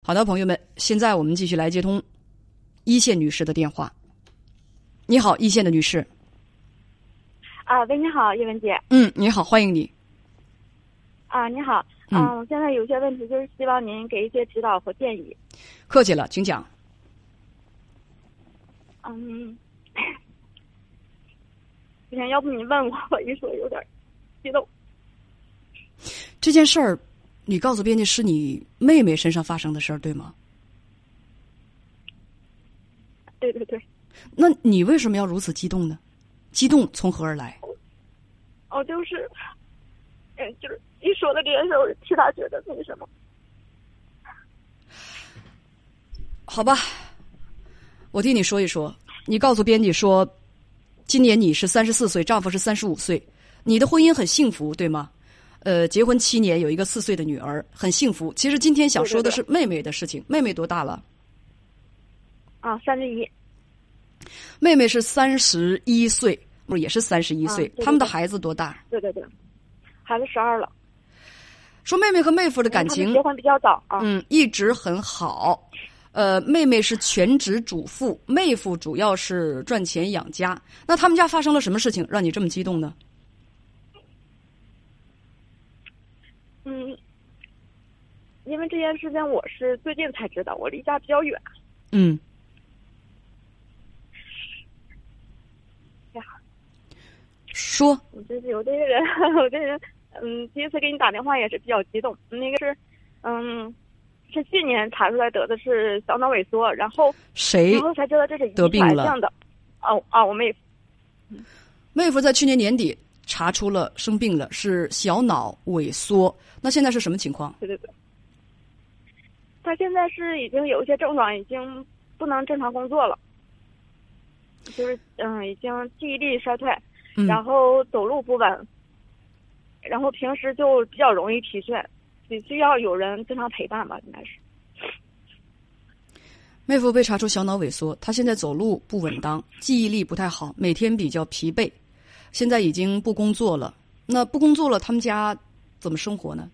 好的，朋友们，现在我们继续来接通一线女士的电话。你好，一线的女士。 喂，你好，叶文姐。 你好，欢迎你。 你好。我现在有些问题，就是希望您给一些指导和建议。 客气了，请讲。 之前要不你问我一说，有点激动。 这件事儿，你告诉编辑是你妹妹身上发生的事儿，对吗？ 对对对。 那你为什么要如此激动呢？激动从何而来？ 就是，就是一说的这件事，我替他觉得那什么。 好吧，我替你说一说。你告诉编辑说，今年你是34岁，丈夫是35岁，你的婚姻很幸福，对吗？结婚7年，有一个4岁的女儿，很幸福。其实今天想说的是妹妹的事情。妹妹多大了 ？31。 妹妹是31岁，不是也是31岁？ 对对对。 他们的孩子多大？ 对对对，孩子12了。 说妹妹和妹夫的感情， 结婚比较早啊。 一直很好。妹妹是全职主妇，妹夫主要是赚钱养家。那他们家发生了什么事情让你这么激动呢？ 因为这件事情我是最近才知道，我离家比较远。 说。 我这有这个人，第一次给你打电话也是比较激动。那个是去年查出来得的是小脑萎缩，然后才知道这是遗传性的。我妹夫。 妹夫在去年年底查出了生病了，是小脑萎缩。那现在是什么情况？ 对对对。他现在是已经有一些症状，已经不能正常工作了，就是已经记忆力衰退，然后走路不稳，然后平时就比较容易疲倦，需要有人经常陪伴吧，应该是。 妹夫被查出小脑萎缩，他现在走路不稳当，记忆力不太好，每天比较疲惫，现在已经不工作了。那不工作了，他们家怎么生活呢？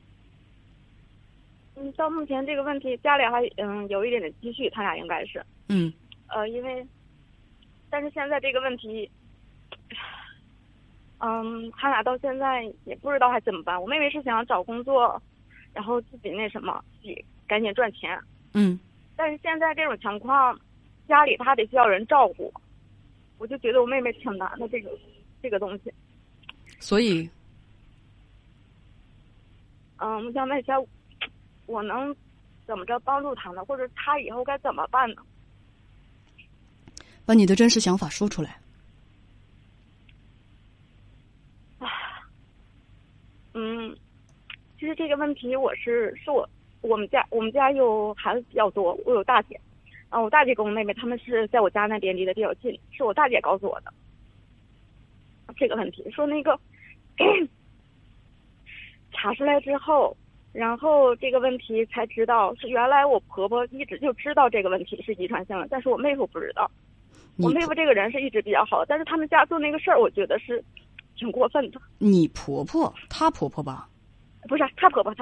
到目前这个问题，家里还有一点点积蓄，他俩应该是。因为，但是现在这个问题，他俩到现在也不知道还怎么办。我妹妹是想找工作，然后自己自己赶紧赚钱。但是现在这种情况，家里他得需要人照顾，我就觉得我妹妹挺难的这个东西。 所以， 我想问一下，我能怎么着帮助他呢？或者他以后该怎么办呢？ 把你的真实想法说出来。 其实这个问题我们家有孩子比较多，我有大姐，我大姐跟我妹妹他们是在我家那边离得比较近，是我大姐告诉我的这个问题，说那个查出来之后，然后这个问题才知道是原来我婆婆一直就知道这个问题是遗传性的，但是我妹夫不知道。我妹夫这个人是一直比较好，但是他们家做那个事儿，我觉得是挺过分的。 你婆婆，她婆婆吧？ 不是，她婆婆。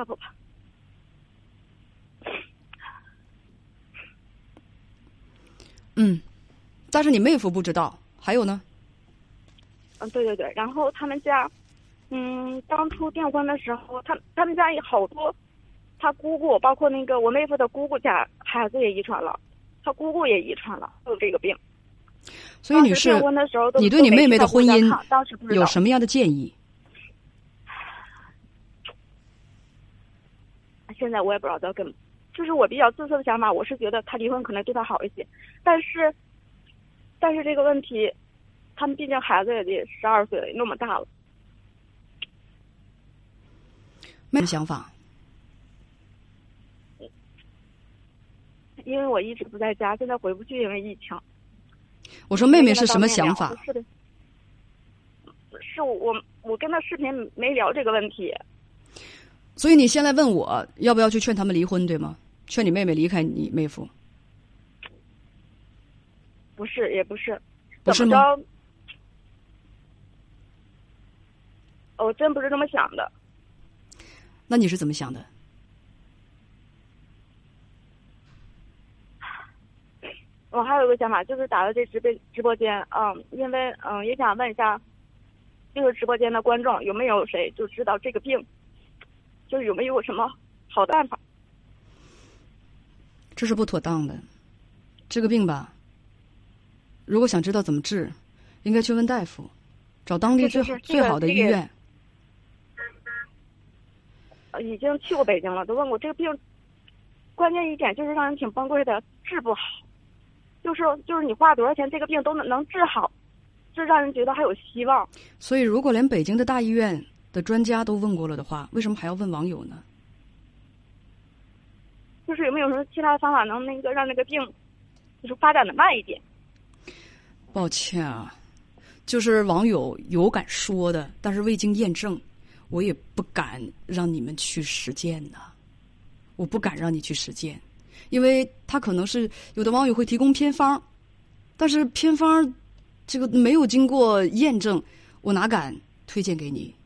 但是你妹夫不知道。还有呢？ 对对对。然后他们家，当初订婚的时候，他们家也好多，他姑姑，包括那个我妹夫的姑姑家孩子也遗传了，他姑姑也遗传了，有这个病。 所以女士，你对你妹妹的婚姻有什么样的建议？ 现在我也不知道就是我比较自私的想法，我是觉得他离婚可能对他好一些，但是这个问题，他们毕竟孩子也得12岁了，也那么大了。 没想法。 因为我一直不在家，现在回不去，因为疫情。 我说妹妹是什么想法？ 是我跟他视频没聊这个问题。 所以你现在问我要不要去劝他们离婚，对吗？劝你妹妹离开你妹夫？ 不是，也不是。 不是吗？ 我真不是这么想的。 那你是怎么想的？ 我还有一个想法，就是打到这直播间，因为也想问一下，这个直播间的观众有没有谁就知道这个病，就是有没有什么好的办法？ 这是不妥当的。这个病吧，如果想知道怎么治，应该去问大夫，找当地最好的医院。 已经去过北京了，都问过这个病，关键一点就是让人挺崩溃的，治不好。就是你花多少钱，这个病都能治好，就让人觉得还有希望。 所以，如果连北京的大医院的专家都问过了的话，为什么还要问网友呢？ 就是有没有什么其他的方法能让那个病，就是发展的慢一点？ 抱歉啊，就是网友有敢说的，但是未经验证，我也不敢让你们去实践呢。我不敢让你去实践。因为他可能是有的网友会提供偏方，但是偏方这个没有经过验证，我哪敢推荐给你？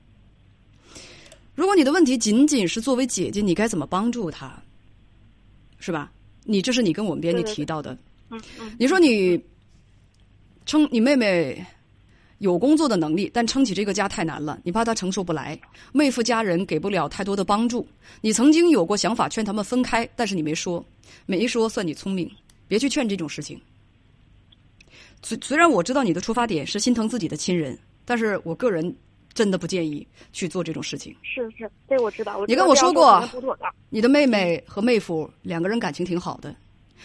如果你的问题仅仅是作为姐姐，你该怎么帮助他，是吧？这是你跟我们编辑提到的。你说你妹妹有工作的能力，但撑起这个家太难了，你怕她承受不来，妹夫家人给不了太多的帮助。你曾经有过想法劝他们分开，但是你没说算你聪明，别去劝这种事情。虽然我知道你的出发点是心疼自己的亲人，但是我个人真的不建议去做这种事情。 是，这我知道。 你跟我说过，你的妹妹和妹夫两个人感情挺好的，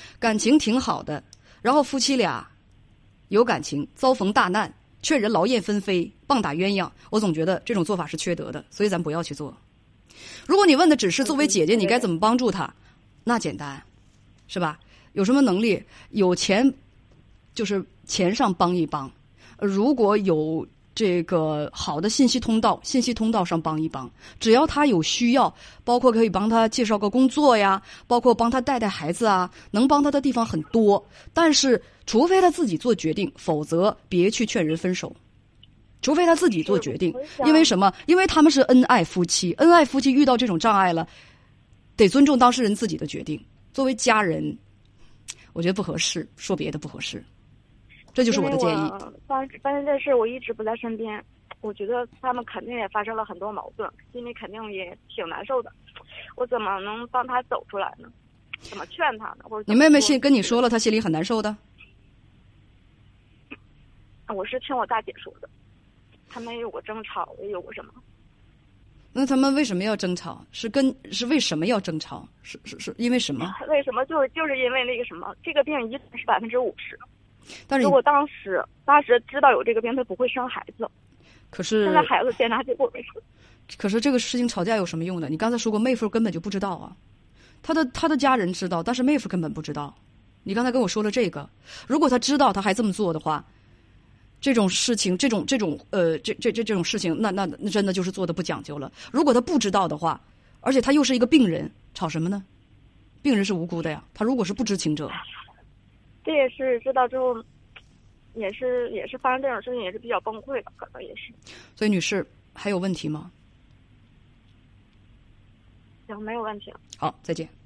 然后夫妻俩有感情，遭逢大难，劝人劳燕分飞，棒打鸳鸯，我总觉得这种做法是缺德的，所以咱不要去做。如果你问的只是作为姐姐你该怎么帮助她，那简单，是吧？有什么能力，有钱就是钱上帮一帮，如果有这个好的信息通道上帮一帮，只要他有需要，包括可以帮他介绍个工作呀，包括帮他带孩子啊，能帮他的地方很多。但是除非他自己做决定，否则别去劝人分手。除非他自己做决定，因为什么？因为他们是恩爱夫妻遇到这种障碍了，得尊重当事人自己的决定。作为家人，我觉得不合适，说别的不合适。这就是我的建议。 发生这事我一直不在身边，我觉得他们肯定也发生了很多矛盾，心里肯定也挺难受的。我怎么能帮他走出来呢？怎么劝他呢？或者你妹妹跟你说了，她心里很难受的。 我是听我大姐说的，他们有过争吵，也有过什么？ 那他们为什么要争吵？是为什么要争吵？是因为什么？ 为什么就是因为那个什么，这个病一定是50%。 但是如果当时知道有这个病，他不会生孩子。 可是现在孩子检查结果没出。 可是这个事情吵架有什么用呢？你刚才说过，妹夫根本就不知道啊，他的家人知道，但是妹夫根本不知道。你刚才跟我说了这个，如果他知道他还这么做的话，这种事情，这种事情，那真的就是做的不讲究了。如果他不知道的话，而且他又是一个病人，吵什么呢？病人是无辜的呀。他如果是不知情者。 这也是知道之后，也是发生这种事情，也是比较崩溃的，可能也是。 所以，女士还有问题吗？ 行，没有问题了。 好，再见。